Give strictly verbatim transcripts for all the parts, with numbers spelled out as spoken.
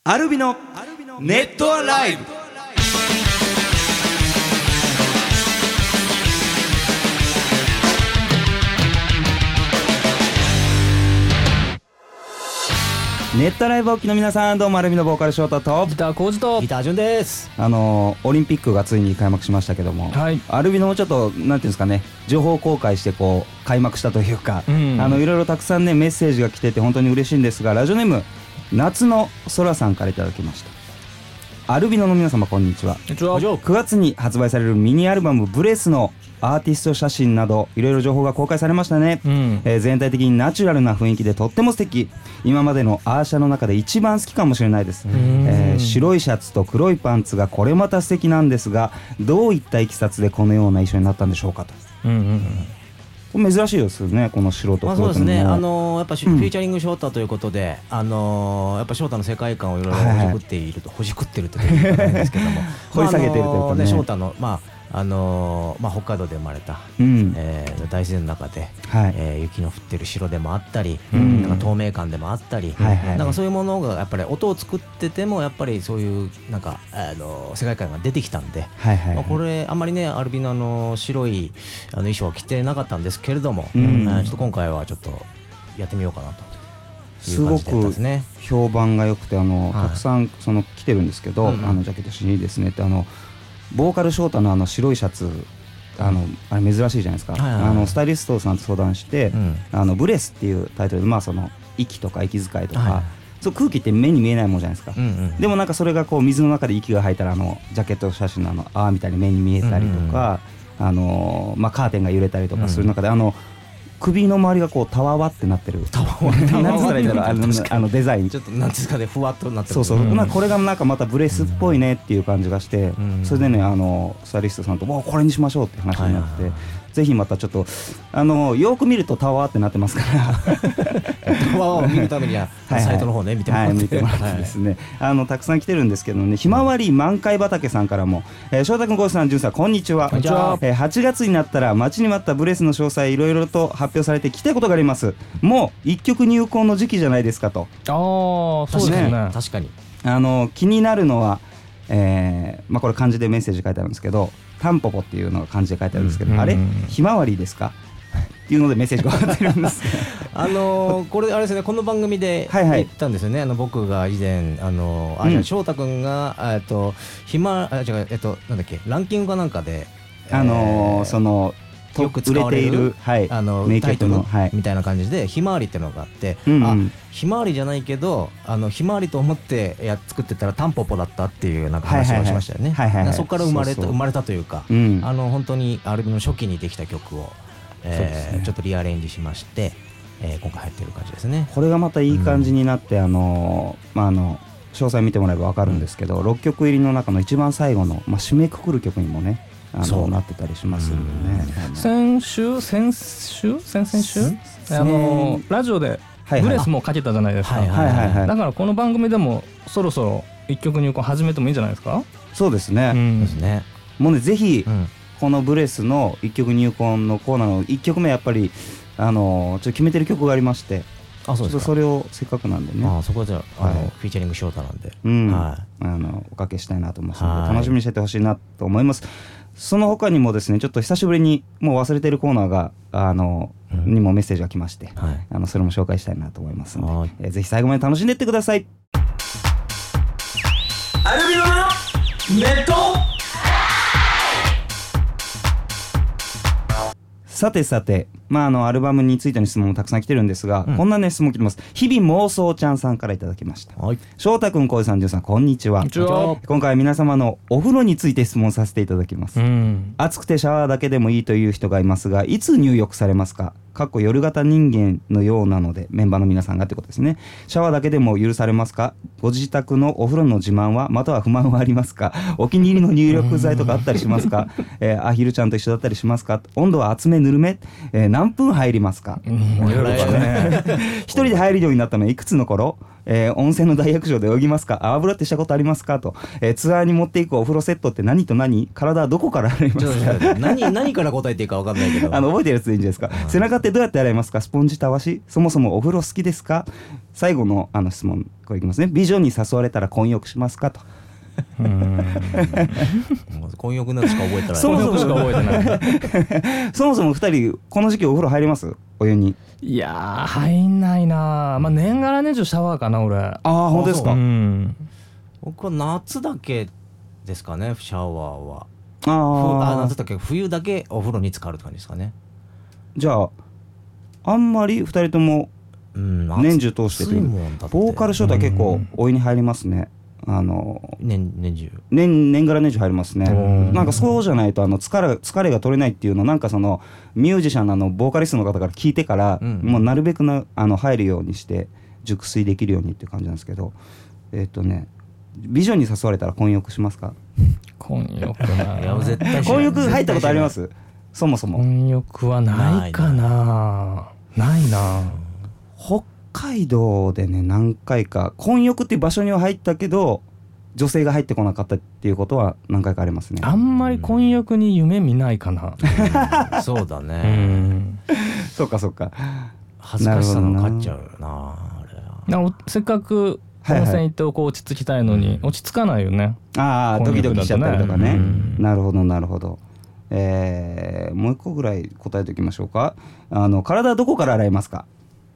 アルビのネットアライブ。ネットライブお聞きの皆さん、どうもアルビのボーカルショートとギターコウジとギタージュンです。 あのオリンピックがついに開幕しましたけども、 はい、 アルビのもちょっとなんていうんですかね、情報公開してこう開幕したというか、うん、あのいろいろたくさんねメッセージが来てて本当に嬉しいんですが、ラジオネーム夏の空さんからいただきました。アルビノの皆様こんにちは。くがつに発売されるミニアルバムブレスのアーティスト写真などいろいろ情報が公開されましたね、うんえー、全体的にナチュラルな雰囲気でとっても素敵。今までのアーシャの中で一番好きかもしれないです、えー、白いシャツと黒いパンツがこれまた素敵なんですが、どういったいきさつでこのような衣装になったんでしょうかと。うんうんうん、珍しいですよね、この白と黒との、 まあ、そうですね、あのー、やっぱフューチャリングショータということで、うん、あのー、やっぱショータの世界観をいろいろほじくっていると、はい、ほじくってるというかですけども掘り下げてるというかね、 まああのー、ショータのまああのーまあ、北海道で生まれた、うんえー、大自然の中で、はいえー、雪の降ってる城でもあったり、うん、なんか透明感でもあったり、はいはい、なんかそういうものがやっぱり音を作っててもやっぱりそういうなんか、あのー、世界観が出てきたんで、はいはいはいまあ、これあんまりねアルビノの白いあの衣装は着てなかったんですけれども、うん、ちょっと今回はちょっとやってみようかなという感じでやったんですね。 すごく評判が良くて、あの、はい、たくさんその着てるんですけど、うんうん、あのジャケットしいいですねって、あのボーカルショータのあの白いシャツ、あのあれ珍しいじゃないですか、はいはいはい、あのスタイリストさんと相談して、うん、あのブレスっていうタイトルで、まあ、その息とか息遣いとか、はい、そう空気って目に見えないもんじゃないですか、うんうん、でもなんかそれがこう水の中で息が吐いたらあのジャケット写真のあのあーみたいに目に見えたりとか、うんうん、あのまあ、カーテンが揺れたりとかする中で、うん、あの首の周りがこうたわわってなってる、たわわってなんつったらいいんだろう、あのあのデザインちょっとなんですかね、ふわっとなってる。 そうそう、うんまあ、これがなんかまたブレスっぽいねっていう感じがして、うん、それでねあのスタイリストさんとこれにしましょうって話になって、はい、ぜひまたちょっとあのよく見るとタワーってなってますからタワーを見るためにはサイトの方ね見てもらって、はいはい、見てもらってですね、あのたくさん来てるんですけどね、ひまわり満開畑さんからも、えー、翔太君、こうさん、じゅんさん、こんにちは。こんにちは。えー、はちがつになったら待ちに待ったブレスの詳細いろいろと発表されてきたいことがあります。もう一曲入魂の時期じゃないですかと。 ああ、そうですね。 確かにあの気になるのは、えーまあ、これ漢字でメッセージ書いてあるんですけど、タンポポっていうのが漢字で書いてあるんですけど、うん、あれひまわりですかっていうのでメッセージが上がってるんですあのー、これあれですね、この番組で言ったんですよね、はいはい、あの僕が以前あのー、あ、じゃあ翔太君がえっとひまあ違うえっとなんだっけランキングかなんかであのーえー、そのよく使われる、はい、あのタイトルみたいな感じでひまわりっていうのがあって、うんうん、あひまわりじゃないけどあのひまわりと思ってや作ってたらタンポポだったっていうなんか話をしましたよね。そこから生まれたそうそう生まれたというか、うん、あの本当にアルビの初期にできた曲を、えーね、ちょっとリアレンジしまして、えー、今回入ってる感じですね。 これがまたいい感じになって、うん、あのまああの詳細見てもらえば分かるんですけど、うん、ろっきょく入りの中の一番最後の、まあ、締めくくる曲にもねあのなってたりしますんでね。 先週先週先々週あのラジオでブレスもかけたじゃないですか。だからこの番組でもそろそろ一曲入魂始めてもいいんじゃないですか。 そうですね、うん、もうねぜひ、うん、このブレスの一曲入魂のコーナーのいっきょくめやっぱりあのちょっと決めてる曲がありまして、あ、そうですか。それをせっかくなんでね、 あそこはじゃあ、はい、あのフィーチャリングショータなんで、 うんはい、あのおかけしたいなと思いますので楽しみにしててほしいなと思います。その他にもですね、ちょっと久しぶりにもう忘れているコーナーがあの、うん、にもメッセージが来まして、はい、あのそれも紹介したいなと思いますので、えー、ぜひ最後まで楽しんでいってください。アルビノのネット。さてさて、まあ、あのアルバムについての質問もたくさん来てるんですが、うん、こんな、ね、質問来てます。日々妄想ちゃんさんからいただきました。はい、翔太くん、こうさん、じゅんさん、こんにちは。こんにちは。今回は皆様のお風呂について質問させていただきます。うん、暑くてシャワーだけでもいいという人がいますが、いつ入浴されますか。かっこ夜型人間のようなので、メンバーの皆さんがってことですね。シャワーだけでも許されますか。ご自宅のお風呂の自慢はまたは不満はありますか。お気に入りの入浴剤とかあったりしますか。えー、アヒルちゃんと一緒だったりしますか。温度は厚めぬるめ、えー、何分入りますか。一人で入るようになったのはいくつの頃。 えー、温泉の大浴場で泳ぎますか、泡風呂ってしたことありますかと、えー、ツアーに持っていくお風呂セットって何と何、体はどこから洗いますか何, 何から答えていいか分かんないけどあの覚えてるやつでいいんじゃないですか。背中ってどうやって洗いますか、スポンジたわし、そもそもお風呂好きですか。最後のあの質問これいきますね。美女に誘われたら混浴しますかと。うーん混浴なんしか覚えてない。 そもそもしか覚えてないそもそもふたりこの時期お風呂入ります、お湯に。 いやー入んないな、まあ、年がら年中シャワーかな俺。ああ本当ですか。うん、 僕は夏だけですかね、シャワーは。 ああ夏だけ、冬だけお風呂に浸かるって感じですかね。 じゃああんまりふたりとも年中通してという、うん、ボーカルショートは結構お湯に入りますね。あの年, 年中年, 年がら年中入りますね。なんかそうじゃないとあの疲れ疲れが取れないっていうのをなんかそのミュージシャンのあのボーカリストの方から聞いてから、うん、もうなるべくなあの入るようにして熟睡できるようにっていう感じなんですけど、えっとね美女に誘われたら混浴しますか。 混浴な。 いや絶対混浴入ったことあります。そもそも混浴はないかな。ないな。 北海道でね何回か混浴っていう場所には入ったけど女性が入ってこなかったっていうことは何回かありますね。 あんまり混浴に夢見ないかな、 うん、そうだね、 うん、 そうかそうか。 恥ずかしさの勝っちゃうよなあれは。 せっかく温泉行ってこう落ち着きたいのに、はいはい、落ち着かないよね。 ああドキドキしちゃったりとかね、うん、なるほどなるほど。えー、もう一個ぐらい答えておきましょうか。あの体はどこから洗いますか。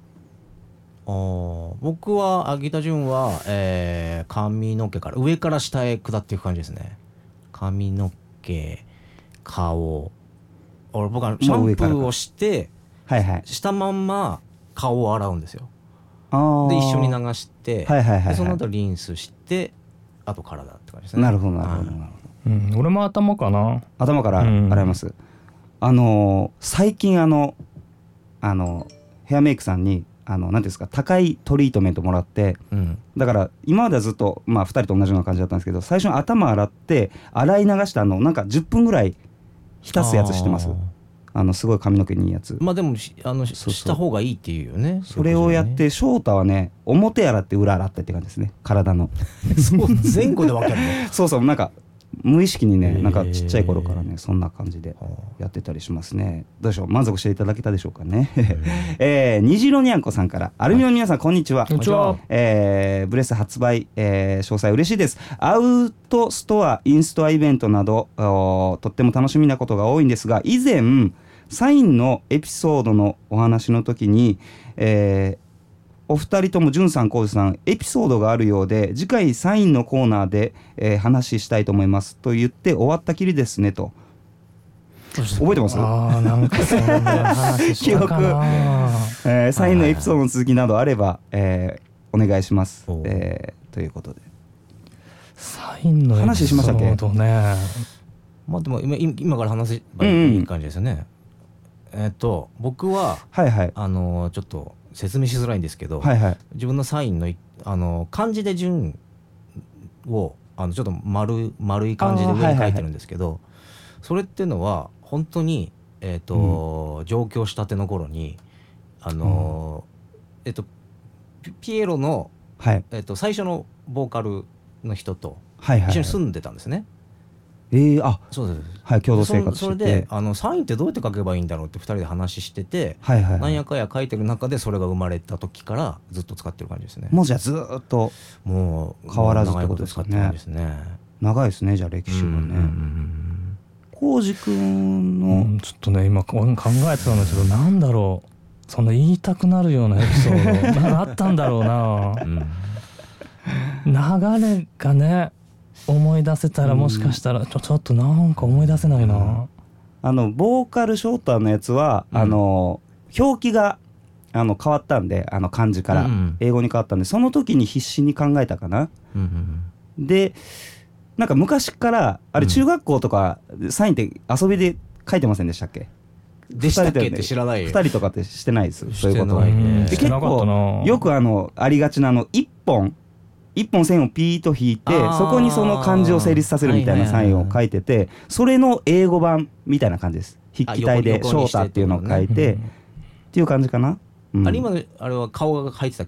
僕はギター順は、えー、髪の毛から上から下へ下っていく感じですね。髪の毛、顔、俺僕はシャンプーをして、はいはい、したまんま顔を洗うんですよ。で一緒に流して、はいはいはいはい、でその後リンスしてあと体って感じですね。 なるほどなるほどなるほど、 うん、俺も頭かな。 頭から洗います、うん、あの最近あのあのヘアメイクさんにあの何ですか高いトリートメントもらって、うん、だから今まではずっと、まあ、ふたりと同じような感じだったんですけど、最初に頭洗って洗い流したのなんかじゅっぷんぐらい浸すやつしてます。あのすごい髪の毛にいいやつ。 まあでもあのそうそうした方がいいっていうよね。 それをやって翔太はね表洗って裏洗ってって感じですね、体のそう前後で分かるねそうそうなんか無意識にねなんかちっちゃい頃からねそんな感じでやってたりしますね。どうでしょう、満足していただけたでしょうかねえー、虹色にゃんこさんから、アルミの皆さんこんにちは。 こんにちは。 えー、ブレス発売、えー、詳細嬉しいです。アウトストアインストアイベントなどとっても楽しみなことが多いんですが、以前サインのエピソードのお話の時に、えーお二人ともじゅんさん、こうじさんエピソードがあるようで次回サインのコーナーで、えー、話したいと思いますと言って終わったきりですねと。覚えてます？ あーなんかそんな話したかな記憶、えー、サインのエピソードの続きなどあれば、えー、お願いします、えー、ということでサインのエピソードね話しましたっけ？ まあでも 今, 今から話せばいい感じですよね、うんうん、えっ、ー、と僕は、はいはい、あのー、ちょっと説明しづらいんですけど、はいはい、自分のサインの、あの漢字で順をあのちょっと 丸, 丸い感じで上に書いてるんですけど、はいはいはい、それっていうのは本当に、えーとうん、上京したての頃にあの、うんえーと、ピエロの、はいえーと、最初のボーカルの人と一緒に住んでたんですね、はいはいはいえー、あそうです、はい、共同生活してて そ, それであのサインってどうやって書けばいいんだろうってふたりで話してて、はいはいはい、なんやかや書いてる中でそれが生まれた時からずっと使ってる感じですね。 もうじゃあずっともう変わらずってことですかね。長いですねじゃあ歴史がね。浩司くんの、うん、 ちょっとね今考えてたんだけどなんだろうそんな言いたくなるようなエピソード何あったんだろうな、うん、流れがね思い出せたらもしかしたらち ょ, ちょっとなんか思い出せないな、うん、 あのボーカルショーターのやつは、うん、あの表記があの変わったんであの漢字から英語に変わったんで、うん、その時に必死に考えたかな、うんうん、でなんか昔からあれ中学校とかサインって遊びで書いてませんでしたっけ？ でしたっけって知らないよ。 ふたりとかってしてないです。そういうことは、 ね、 で結構よくあのありがちなのいっぽん一本線をピーッと引いてそこにその漢字を成立させるみたいなサインを書いてて、はいはいはい、それの英語版みたいな感じです。筆記体で翔太っていうのを書いて、ね、っていう感じかな、 うん、あれ今あれは顔が入ってたっけ？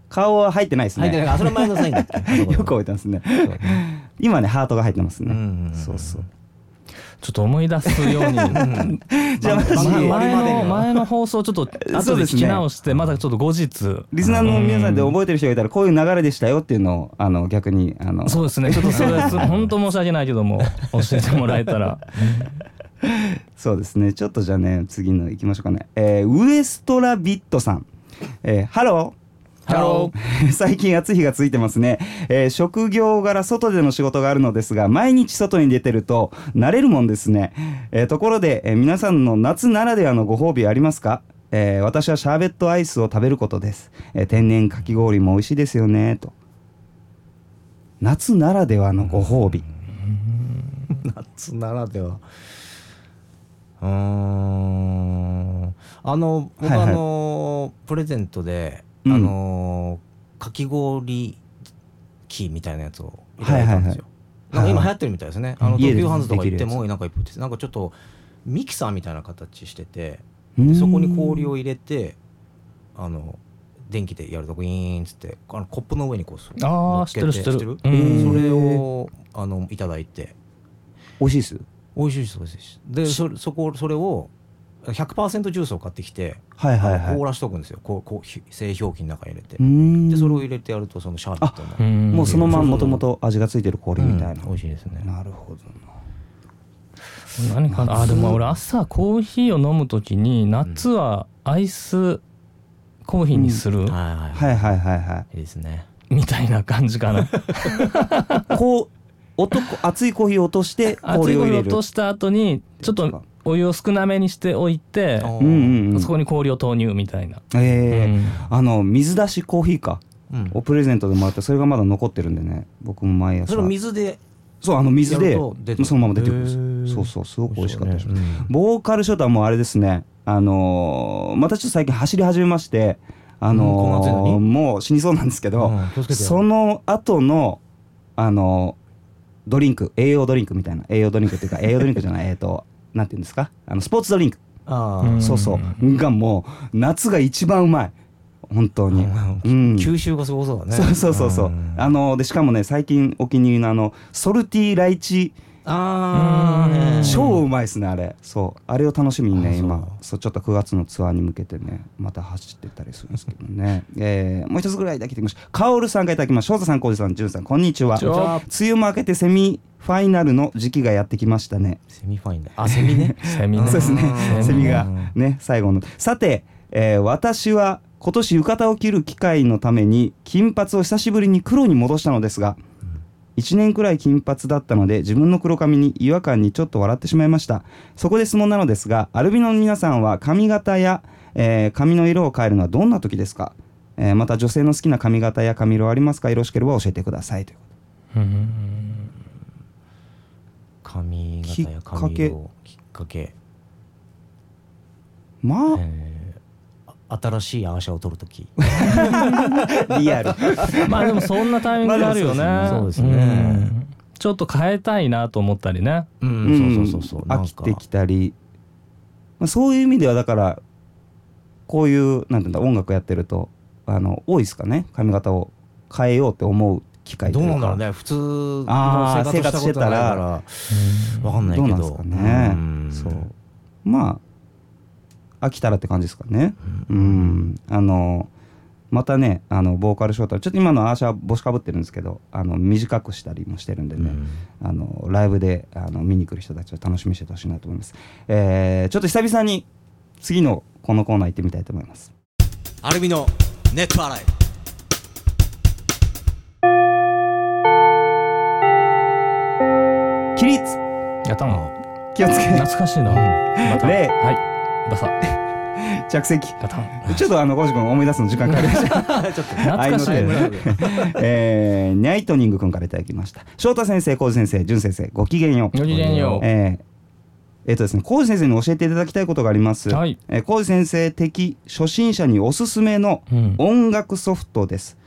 顔は入ってないですね。 入ってない。あ、それ前のサインだっけよく覚えてますね。今ねハートが入ってますね。 うんうんうん、 そうそう。 ちょっと思い出すようにじゃあ前の前の放送ちょっと後で聞き直して、またちょっと後日リスナーの皆さんで覚えてる人がいたらこういう流れでしたよっていうのをあの逆にあのそうですね、ちょっとそれ本当申し訳ないけども教えてもらえたらそうですね。ちょっとじゃあね次の行きましょうかね。えー、ウエストラビットさん、えー、ハローハロー最近暑い日がついてますね、えー、職業柄外での仕事があるのですが毎日外に出てると慣れるもんですね、えー、ところで、えー、皆さんの夏ならではのご褒美ありますか？えー、私はシャーベットアイスを食べることです、えー、天然かき氷も美味しいですよねと。夏ならではのご褒美夏ならではうーんあの僕、はいはい、あのプレゼントであのー、かき氷機みたいなやつをいただいたんですよ。はいはいはい、なんか今流行ってるみたいですね。あの東急ハンズとか行ってもなんかいっぱいです。なんかちょっとミキサーみたいな形してて、でそこに氷を入れてあの電気でやるとグイーンっつってあのコップの上にこう乗っけて、あー知ってる知ってる、 それをあのいただいて美味しいです。 美味しいです美味しいです。でそそこそれをひゃくパーセント ジュースを買ってきて、 はいはいはい、 凍らしとくんですよ。こうこう製氷機の中に入れて、でそれを入れてやるとそのシャーベットになる。 もうそのままもともと味がついてる氷みたいな、 うん、美味しいですね。 なるほどな。何かなあ、でも俺朝コーヒーを飲むときに夏はアイスコーヒーにする、うん、 はいはいはいはいいいですねみたいな感じかなこう音熱いコーヒーを落として氷を入れる。熱いコーヒーを落とした後にちょっとお湯を少なめにしておいて、 うんうんうん、 そこに氷を投入みたいな、 えーうん、あの水出しコーヒーか、うん、をプレゼントでもらってそれがまだ残ってるんでね、僕も毎朝それを水でそうあの水でそのまま出てくるんです。そうそうすごく美味しかったです、ね、うん、ボーカルショートはもうあれですね、あのー、またちょっと最近走り始めまして、あのーうん、もう死にそうなんですけど、うん、その後のあのー、ドリンク栄養ドリンクみたいな栄養ドリンクっていうか栄養ドリンクじゃないえっとなんていうんですか、あのスポーツドリンク、あそうそうがもう夏が一番うまい本当に、うん、 吸収がすごそうだね。 そうそうそうそう、あのでしかもね最近お気に入りのあのソルティライチ、 あー超うまいですねあれ。そうあれを楽しみにね今そうちょっとくがつのツアーに向けてねまた走ってたりするんですけどねえー、もう一つぐらいだけいきましょう。カオルさんからいただきました。翔太さん、浩二さん、潤さん、こんにちは。梅雨も明けてセミファイナルの時期がやってきましたね。 セミファイナル、あセミねセミねそうですねセミがね最後の。さて、えー、私は今年浴衣を着る機会のために金髪を久しぶりに黒に戻したのですが、いちねんくらい金髪だったので自分の黒髪に違和感にちょっと笑ってしまいました。そこで質問なのですが、アルビノの皆さんは髪型や、えー、髪の色を変えるのはどんな時ですか？えー、また女性の好きな髪型や髪色はありますか？よろしければ教えてくださいということ。うん髪型や髪色きっかけまあ、 えー、新しいアーシャを取るときリアルまあでもそんなタイミングがあるよね。 そうですね、うん、 ちょっと変えたいなと思ったりね、 うんうん、そうそうそうそう飽きてきたり、まあ、そういう意味ではだからこういうなんていうんだ音楽やってるとあの多いですかね、髪型を変えようって思う機会というか。 どうなんだろうね、普通の生活してたら分かんないけど、 どうなんですかね、うん、そうまあ飽きたらって感じですかね、うん、うん、あのまたねあのボーカルショートちょっと今のアーシャ帽子かぶってるんですけどあの短くしたりもしてるんでね、うん、あのライブであの見に来る人たちを楽しみにしてほしいなと思います、えー、ちょっと久々に次のこのコーナー行ってみたいと思います。 アルミのネット洗い。 起立やったの気をつけ懐かしいな礼はいバサ着席ちょっとあのゴジ君思い出すの時間かかりましたちょっと懐かしいねえー、ニャイトニング君からいただきました。翔太先生、浩二先生、潤先生、ごきげんよう。 ごきげんよう。 えーえーとですね、浩二先生に教えていただきたいことがあります。 はい、 えー、浩二先生的初心者におすすめの音楽ソフトです、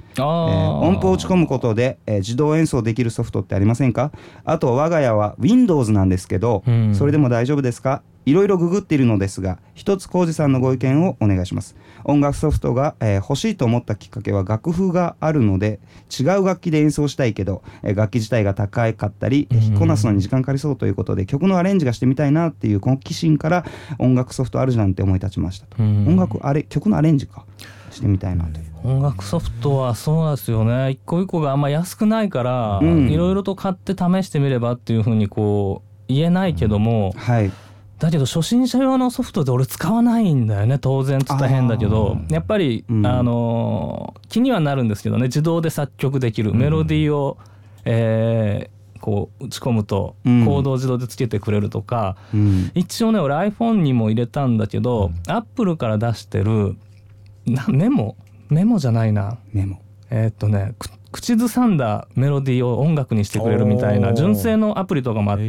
えー、音符を打ち込むことで、えー、自動演奏できるソフトってありませんか？あと我が家は Windows なんですけど、うん、それでも大丈夫ですか？いろいろググっているのですが、一つ浩二さんのご意見をお願いします。音楽ソフトが、えー、欲しいと思ったきっかけは楽譜があるので、違う楽器で演奏したいけど、えー、楽器自体が高かったり、弾きこなすのに時間かかりそうということで、曲のアレンジがしてみたいなっていう好奇心から音楽ソフトあるじゃんって思い立ちましたと。音楽あれ曲のアレンジかしてみたいなという。 音楽ソフトはそうなんですよね。一個一個があんま安くないから、いろいろと買って試してみればっていうふうにこう言えないけども、うんはい、だけど初心者用のソフトで俺使わないんだよね。当然つったら変だけど、やっぱり、うん、あの気にはなるんですけどね。自動で作曲できる、うん、メロディーを、えー、こう打ち込むとコードを自動でつけてくれるとか、うん、一応ね俺 iPhone にも入れたんだけど、うん、Apple から出してるなメモメモじゃないなメモえー、っとね口ずさんだメロディーを音楽にしてくれるみたいな純正のアプリとかもあって、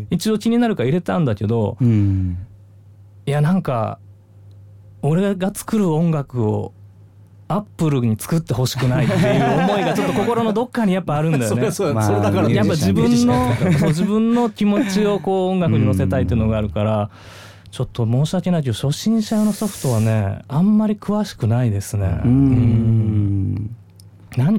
一応気になるから入れたんだけど、うん、いやなんか俺が作る音楽をアップルに作ってほしくないっていう思いがちょっと心のどっかにやっぱあるんだよね。 それそれだからやっぱ自分のそう自分の気持ちをこう音楽に乗せたいっていうのがあるから、ちょっと申し訳ないけど初心者用のソフトはねあんまり詳しくないですね。うーんなん、うん、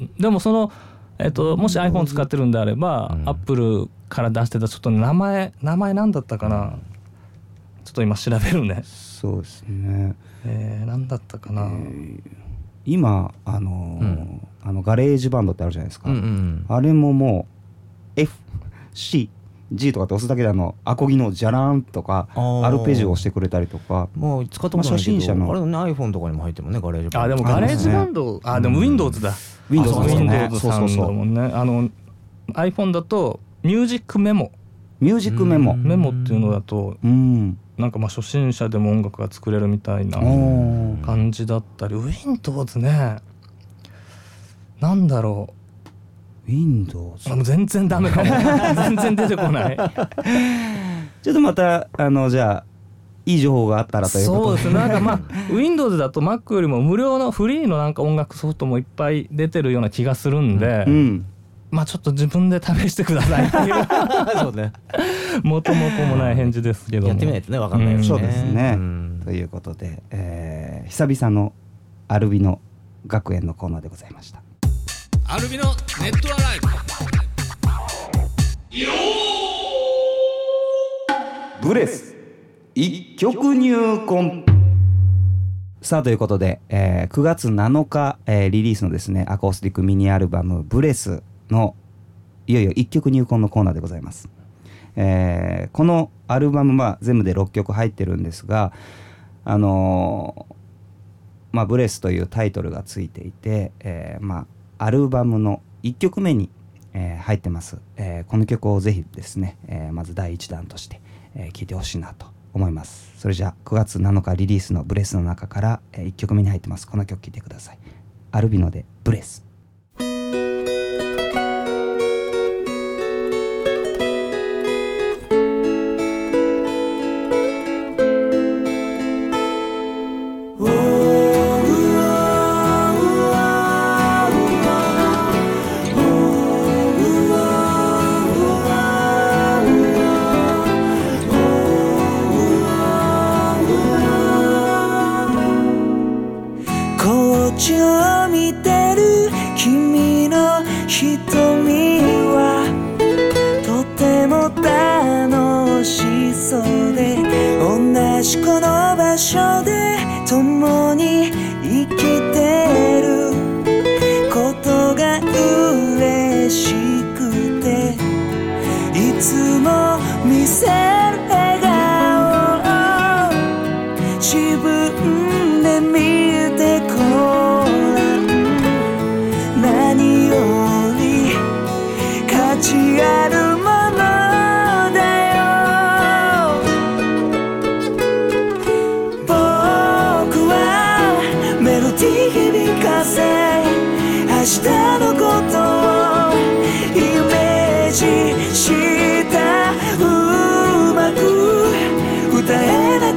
でもその、えっと、もし iPhone 使ってるんであれば、うん、Apple から出してたちょっと名前名前なんだったかな、ちょっと今調べるね。 そうですね、 えー、なんだったかな、えー、 今あの、うん、あのガレージバンドってあるじゃないですか、うんうん、あれももう エフシーG とかって押すだけであのアコギのジャラーンとかアルペジオを押してくれたりとか、 もう使ったことないけど、まあ、初心者のあれね iPhone とかにも入ってるもんねガレージバンド。 あでもガレージバンド、あでも Windows だ、 うん、Windows さんだもんね。あの iPhone だとミュージックメモミュージックメモメモっていうのだと、うん、なんかまあ初心者でも音楽が作れるみたいな感じだったり、 Windows ねなんだろう Windows あもう全然ダメかも全然出てこないちょっとまたあのじゃあいい情報があったらということで。 そうですね。なんかまあ Windows だと Mac よりも無料のフリーのなんか音楽ソフトもいっぱい出てるような気がするんで、うん、まあちょっと自分で試してくださいっていうそうね元も子もない返事ですけどもやってみないとね分かんないよね、うん、 そうですね、うん、ということで、えー、久々のアルビノ学園のコーナーでございました。 アルビのネットアライブブレス一曲入魂。さあということで、えー、くがつなのか、えー、リリースのですねアコースティックミニアルバムブレスのいよいよ一曲入魂のコーナーでございます。えー、このアルバムは全部でろっきょく入ってるんですが、あのーまあ、ブレスというタイトルがついていて、えー、まあアルバムのいっきょくめに、えー、入ってます、えー、この曲をぜひですね、えー、まずだいいちだんとして聴、えー、いてほしいなと思います。それじゃあくがつなのかリリースのブレスの中から、えー、いっきょくめに入ってますこの曲聴いてください。アルビノでブレス。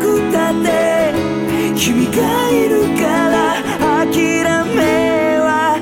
君がいるから諦めは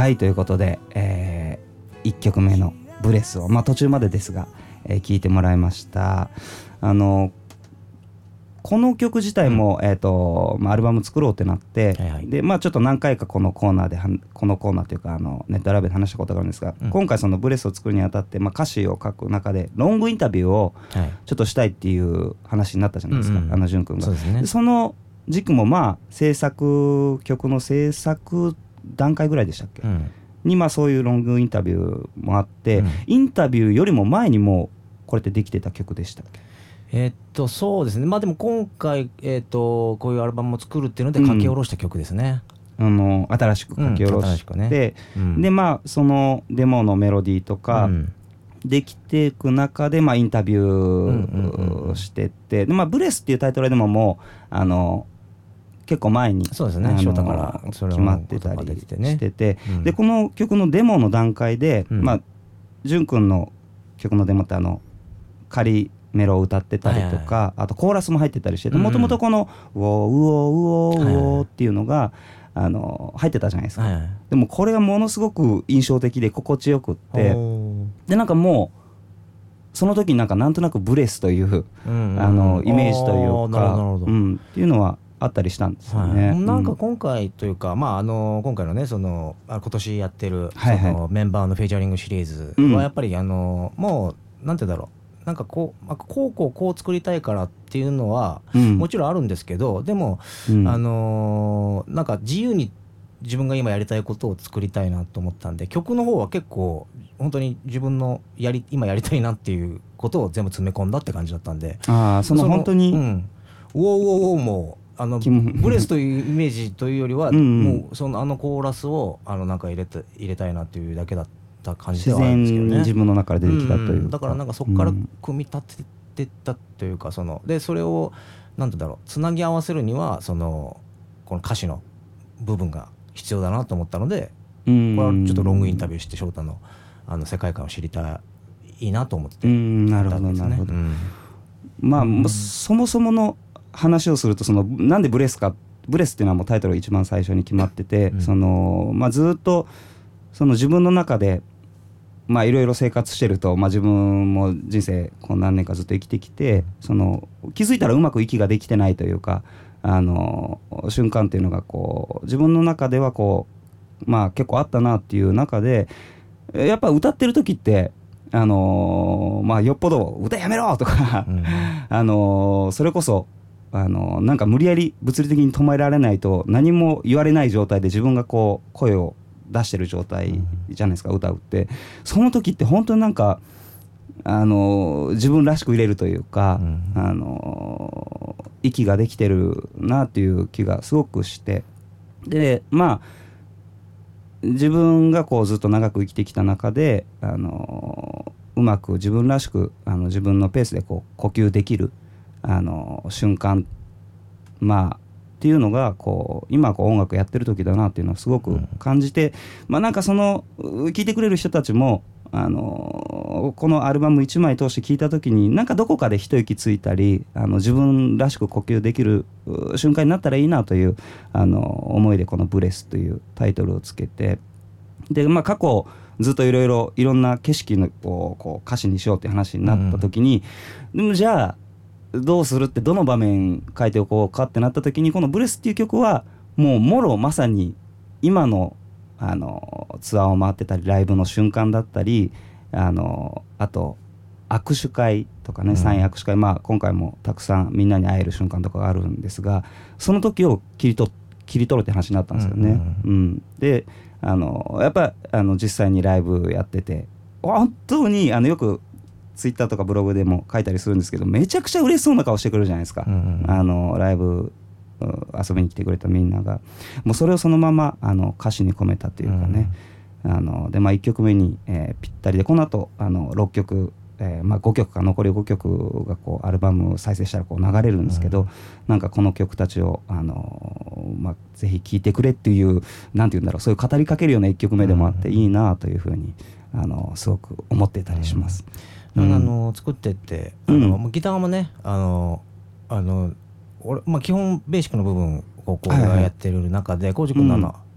はいということで、えー、いっきょくめのブレスを、まあ、途中までですが、えー、聞いてもらいました。あのこの曲自体も、うんえーとまあ、アルバム作ろうってなって、はいはいでまあ、ちょっと何回かこのコーナーでこのコーナーというかあのネットライブで話したことがあるんですが、うん、今回そのブレスを作るにあたって、まあ、歌詞を書く中でロングインタビューをちょっとしたいっていう話になったじゃないですか、はい、あの淳君が、うんうん そ, ね、その軸もまあ制作曲の制作段階ぐらいでしたっけ、うん、にまあそういうロングインタビューもあって、うん、インタビューよりも前にもこれってできてた曲でしたっけ？ えー、っとそうですね、まあでも今回、えー、っとこういうアルバムを作るっていうので書き下ろした曲ですね、 うん、あの新しく書き下ろして、うんねうん、でまあそのデモのメロディーとか、うん、できていく中で、まあ、インタビューしてって、うんうんうん、でまあ、ブレスっていうタイトルでももうあの結構前にそうですね、翔太から決まってたりしてて、うん、でこの曲のデモの段階で、うんまあ、淳君の曲のデモってあの仮メロを歌ってたりとか、はいはい、あとコーラスも入ってたりしてて、もともとこのウォーウォーウォーウォーっていうのが、はいはい、あの入ってたじゃないですか、はいはい、でもこれがものすごく印象的で心地よくって、でなんかもうその時になんかなんとなくブレスという、うんうん、あのイメージというか、うん、っていうのはあったりしたんですよね、 はい、なんか今回というか、うん、まああの今回のねその今年やってる、はいはい、そのメンバーのフィーチャリングシリーズはやっぱり、うん、あのもうなんて言うんだろう、なんかこう、こうこうこう作りたいからっていうのはもちろんあるんですけど、うん、でも、うん、あのー、なんか自由に自分が今やりたいことを作りたいなと思ったんで、曲の方は結構本当に自分のやり今やりたいなっていうことを全部詰め込んだって感じだったんで、 あその本当に、うん、 ウォーウォーウォーもあのブレスというイメージというよりはうん、もうそのあのコーラスをあのなんか入れて入れたいなっていうだけだった感じではあるんですけどね。 自然に自分の中で出てきたというか、うん、 だからなんかそこから組み立ててたというか、そのでそれをなんてだろうつなぎ合わせるにはそのこの歌詞の部分が必要だなと思ったので、これはちょっとロングインタビューして翔太のあの世界観を知りたいなと思ってたんですね。 なるほどなるほど、うん、まあ、うん、そもそもの話をするとそのなんでブレスか、ブレスっていうのはもうタイトルが一番最初に決まってて、うん、そのまあ、ずっとその自分の中でまあいろいろ生活してると、まあ、自分も人生こう何年かずっと生きてきて、その気づいたらうまく息ができてないというか、あの瞬間っていうのがこう自分の中ではこう、まあ、結構あったなっていう中で、やっぱ歌ってる時ってあのまあよっぽど歌やめろとか、うん、あのそれこそあのなんか無理やり物理的に止められないと何も言われない状態で自分がこう声を出してる状態じゃないですか、うん、歌うって。その時って本当になんかあの自分らしく入れるというか、うん、あの息ができてるなっていう気がすごくして、でまあ自分がこうずっと長く生きてきた中であのうまく自分らしくあの自分のペースでこう呼吸できるあの瞬間、まあっていうのがこう今こう音楽やってる時だなっていうのをすごく感じて、うん、まあなんかその聴いてくれる人たちもあのこのアルバムいちまい通して聴いた時になんかどこかで一息ついたり、あの自分らしく呼吸できる瞬間になったらいいなというあの思いでこのブレスというタイトルをつけて、でまあ過去ずっといろいろいろんな景色のこうこう歌詞にしようって話になった時に、うん、でもじゃあどうするってどの場面書いておこうかってなった時に、このブレスっていう曲はもうもろまさに今のあのツアーを回ってたりライブの瞬間だったり、あのあと握手会とかね、うん、サイン握手会、まあ、今回もたくさんみんなに会える瞬間とかがあるんですが、その時を切り取切り取るって話になったんですよね、うんうんうん、であのやっぱあの実際にライブやってて本当にあのよくツイッターとかブログでも書いたりするんですけど、めちゃくちゃ嬉しそうな顔してくるじゃないですか、うんうん、あのライブ遊びに来てくれたみんながもうそれをそのままあの歌詞に込めたというかね、うん、あのでまあ、いっきょくめに、えー、ぴったりで、この後あのろっきょく、えーまあ、ごきょくか残りごきょくがこうアルバム再生したらこう流れるんですけど、うん、なんかこの曲たちをあの、まあ、ぜひ聴いてくれっていうなんていうんだろう、そういう語りかけるようないっきょくめでもあっていいなというふうにあのすごく思ってたりします、 うんうん、あの作ってってあの、うん、ギターもねあのあの俺、まあ、基本ベーシックの部分をこうやってる中で、浩司君のあの、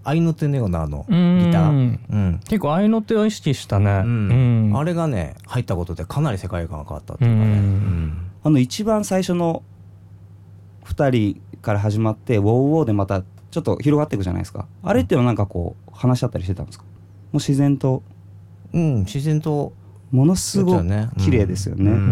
合いの手のようなあのギター、 うん、結構合いの手を意識したね、うんうん、あれがね入ったことでかなり世界観が変わったっていうかね、うんうん、 あの一番最初のふたりから始まってウォーウォーでまたちょっと広がっていくじゃないですか。あれっていうのはなんかこう話し合ったりしてたんですか？もう自然と、 うん、自然とものすごく綺麗ですよね、うんうん、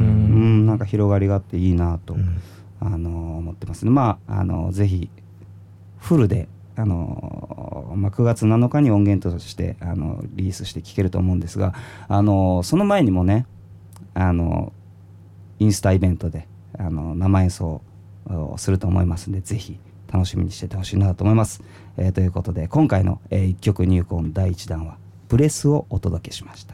なんか広がりがあっていいなと、うん、あの思ってますね。まああのぜひフルであの、まあ、くがつなのかに音源としてあのリリースして聴けると思うんですが、あのその前にもねあのインスタイベントであの生演奏をすると思いますので、ぜひ楽しみにしててほしいなと思います、えー、ということで今回の、えー、いっきょく入魂だいいちだんはブレスをお届けしました。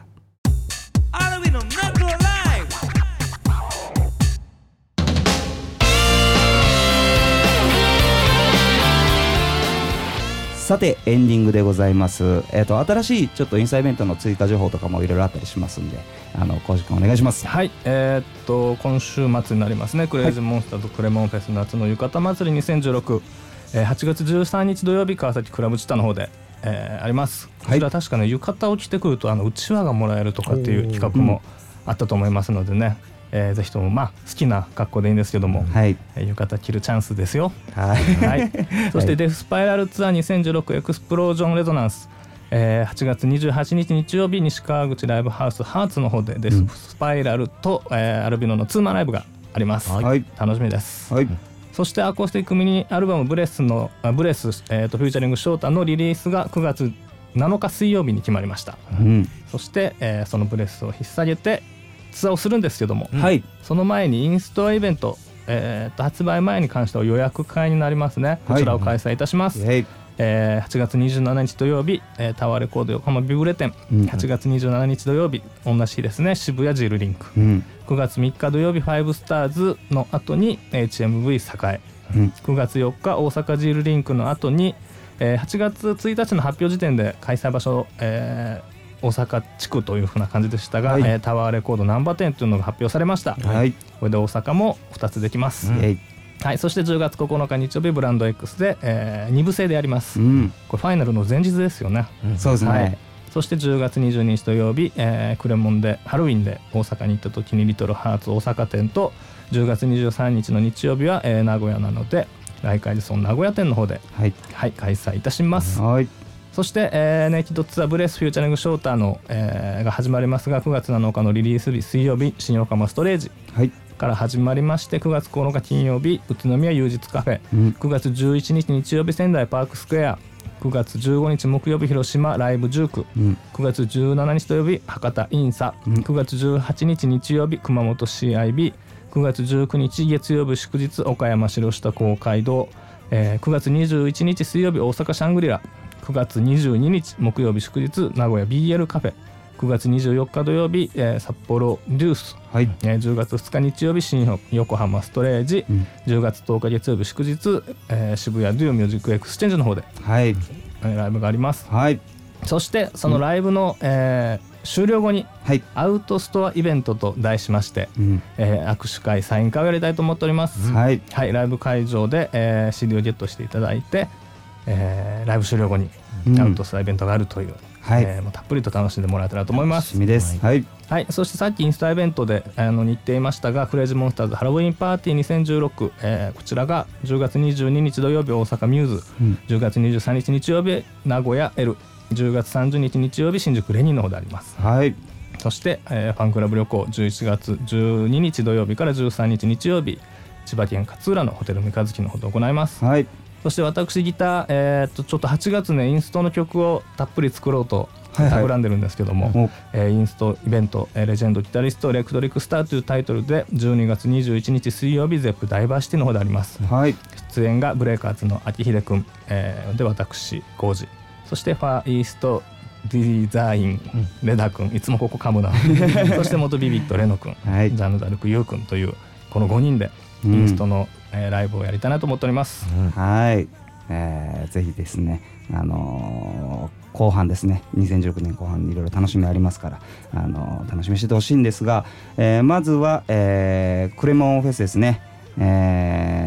さてエンディングでございます、えー、と新しいちょっとインスタイベントの追加情報とかもいろいろあったりしますんで、あの浩司君お願いします。 はい、えー、っと今週末になりますね、クレイジーモンスターとクレモンフェス夏の浴衣祭りにせんじゅうろく、えー、はちがつじゅうさんにち土曜日川崎クラブチタの方で、えー、あります。こちら確かね浴衣を着てくるとあのうちわがもらえるとかっていう企画もあったと思いますのでね、えー、ぜひともまあ好きな格好でいいんですけども、はい、えー、浴衣着るチャンスですよ。はい、はい、そしてデフスパイラルツアーにせんじゅうろくエクスプロージョンレゾナンス、えー、はちがつにじゅうはちにち日曜日西川口ライブハウスハーツの方でデススパイラルと、うん、えー、アルビノのツーマンライブがあります、はい、楽しみです、はい、そしてアコースティックミニアルバムブレスのブレス、えー、とフューチャリングショータのリリースがくがつなのか水曜日に決まりました、うん、そして、えー、そのブレスを引っ提げてツアーをするんですけども、はい、その前にインストアイベント、えー、と発売前に関しては予約会になりますね、こちらを開催いたします、はい、えー、はちがつにじゅうしちにち土曜日、えー、タワーレコード横浜ビブレ店、うん、はちがつにじゅうしちにち土曜日同じ日ですね渋谷ジルリンク、うん、くがつみっか土曜日ファイブスターズの後に エイチエムブイ 栄、うん、くがつよっか大阪ジルリンクの後に、えー、はちがつついたちの発表時点で開催場所、えー大阪地区というふうな感じでしたが、はい、えー、タワーレコードナンバーテンというのが発表されました、はい、これで大阪もふたつできます、うん、はい、そしてじゅうがつここのか日曜日ブランド X で、えー、にぶ制でやります、うん、これファイナルの前日ですよね、うん、そうですね、はい、そしてじゅうがつにじゅうににち土曜日、えー、クレモンでハロウィンで大阪に行った時にリトルハーツ大阪店とじゅうがつにじゅうさんにちの日曜日は、えー、名古屋なので来会でその名古屋店の方で、はいはい、開催いたします、はい、そして、えー、ネイキッドツアーブレスフューチャリングショーターの、えー、が始まりますがくがつなのかのリリース日水曜日新横浜ストレージから始まりまして、くがつここのか金曜日宇都宮休日カフェ、うん、くがつじゅういちにち日曜日仙台パークスクエア、くがつじゅうごにち木曜日広島ライブジューク、うん、くがつじゅうしちにち土曜日博多インサ、うん、くがつじゅうはちにち日曜日熊本 シーアイビー、くがつじゅうくにち月曜日祝日岡山城下公会堂、えー、くがつにじゅういちにち水曜日大阪シャングリラ、くがつにじゅうににち木曜日祝日名古屋 ビーエル カフェ、くがつにじゅうよっか土曜日、えー、札幌デュース、はい、えー、じゅうがつふつか日曜日新横浜ストレージ、うん、じゅうがつとおか月曜日祝日、えー、渋谷デューミュージックエクスチェンジの方で、はい、えー、ライブがあります、はい、そしてそのライブの、うん、えー終了後にアウトストアイベントと題しまして、うん、えー、握手会サイン会をやりたいと思っております、はい、はい、ライブ会場で、えー、シーディー をゲットしていただいて、えー、ライブ終了後にアウトストアイベントがあるという、うん、はい、えー、もうたっぷりと楽しんでもらえたらと思います。 楽しみです、はいはい、そしてさっきインスタイベントであの日程いましたがクレイジーモンスターズハロウィンパーティーにせんじゅうろく、えー、こちらがじゅうがつにじゅうににち土曜日大阪ミューズ、うん、じゅうがつにじゅうさんにち日曜日名古屋 L、 じゅうがつさんじゅうにち日曜日新宿レニンの方であります、はい、そして、えー、ファンクラブ旅行じゅういちがつじゅうににち土曜日からじゅうさんにち日曜日千葉県勝浦のホテル三日月の方で行います、はい、そして私ギター、えー、っとちょっとはちがつねインストの曲をたっぷり作ろうと企んでるんですけども、はいはい、えー、インストイベント、えー、レジェンドギタリストエレクトリックスターというタイトルでじゅうにがつにじゅういちにち水曜日ゼップダイバーシティの方であります、はい、出演がブレイカーズの秋秀くん、えー、で私浩司、そしてファーイーストディザイン、うん、レダ君いつもここ噛むなそして元ビビットレノ君、はい、ジャンヌダルクユウ君というこのごにんでインストの、うん、えー、ライブをやりたいなと思っております、うん、 はい、えー、ぜひですね、あのー、後半ですねにせんじゅうろくねんこう半いろいろ楽しみありますから、あのー、楽しみにしててほしいんですが、えー、まずは、えー、クレモンフェスですね、えー、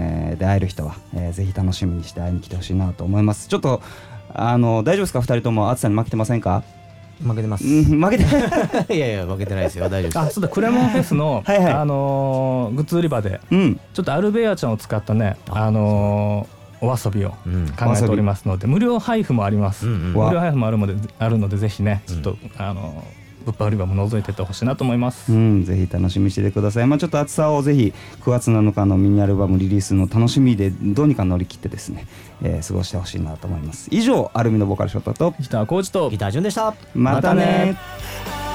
て会える人は、えー、ぜひ楽しみにして会いに来てほしいなと思います。ちょっとあの大丈夫ですか、ふたりとも暑さに負けてませんか？ 負けてます。 負けていやいや負けてないですよ、大丈夫です。 あ、そうだ、クレモンフェスのはい、はい、あのー、グッズ売り場で、うん、ちょっとアルベアちゃんを使ったね、あのー、お遊びを考えておりますので、うん、無料配布もあります、うんうん、無料配布もあるので、あるのでぜひね、ちょっと、うん、あのー物販売り場も覗いてってほしいなと思います、 うん、ぜひ楽しみにしててください。まあ、ちょっと暑さをぜひくがつなのかのミニアルバムリリースの楽しみでどうにか乗り切ってですね、えー、過ごしてほしいなと思います。以上、アルミのボーカルショットとギターコーチとギター順でした。 またね。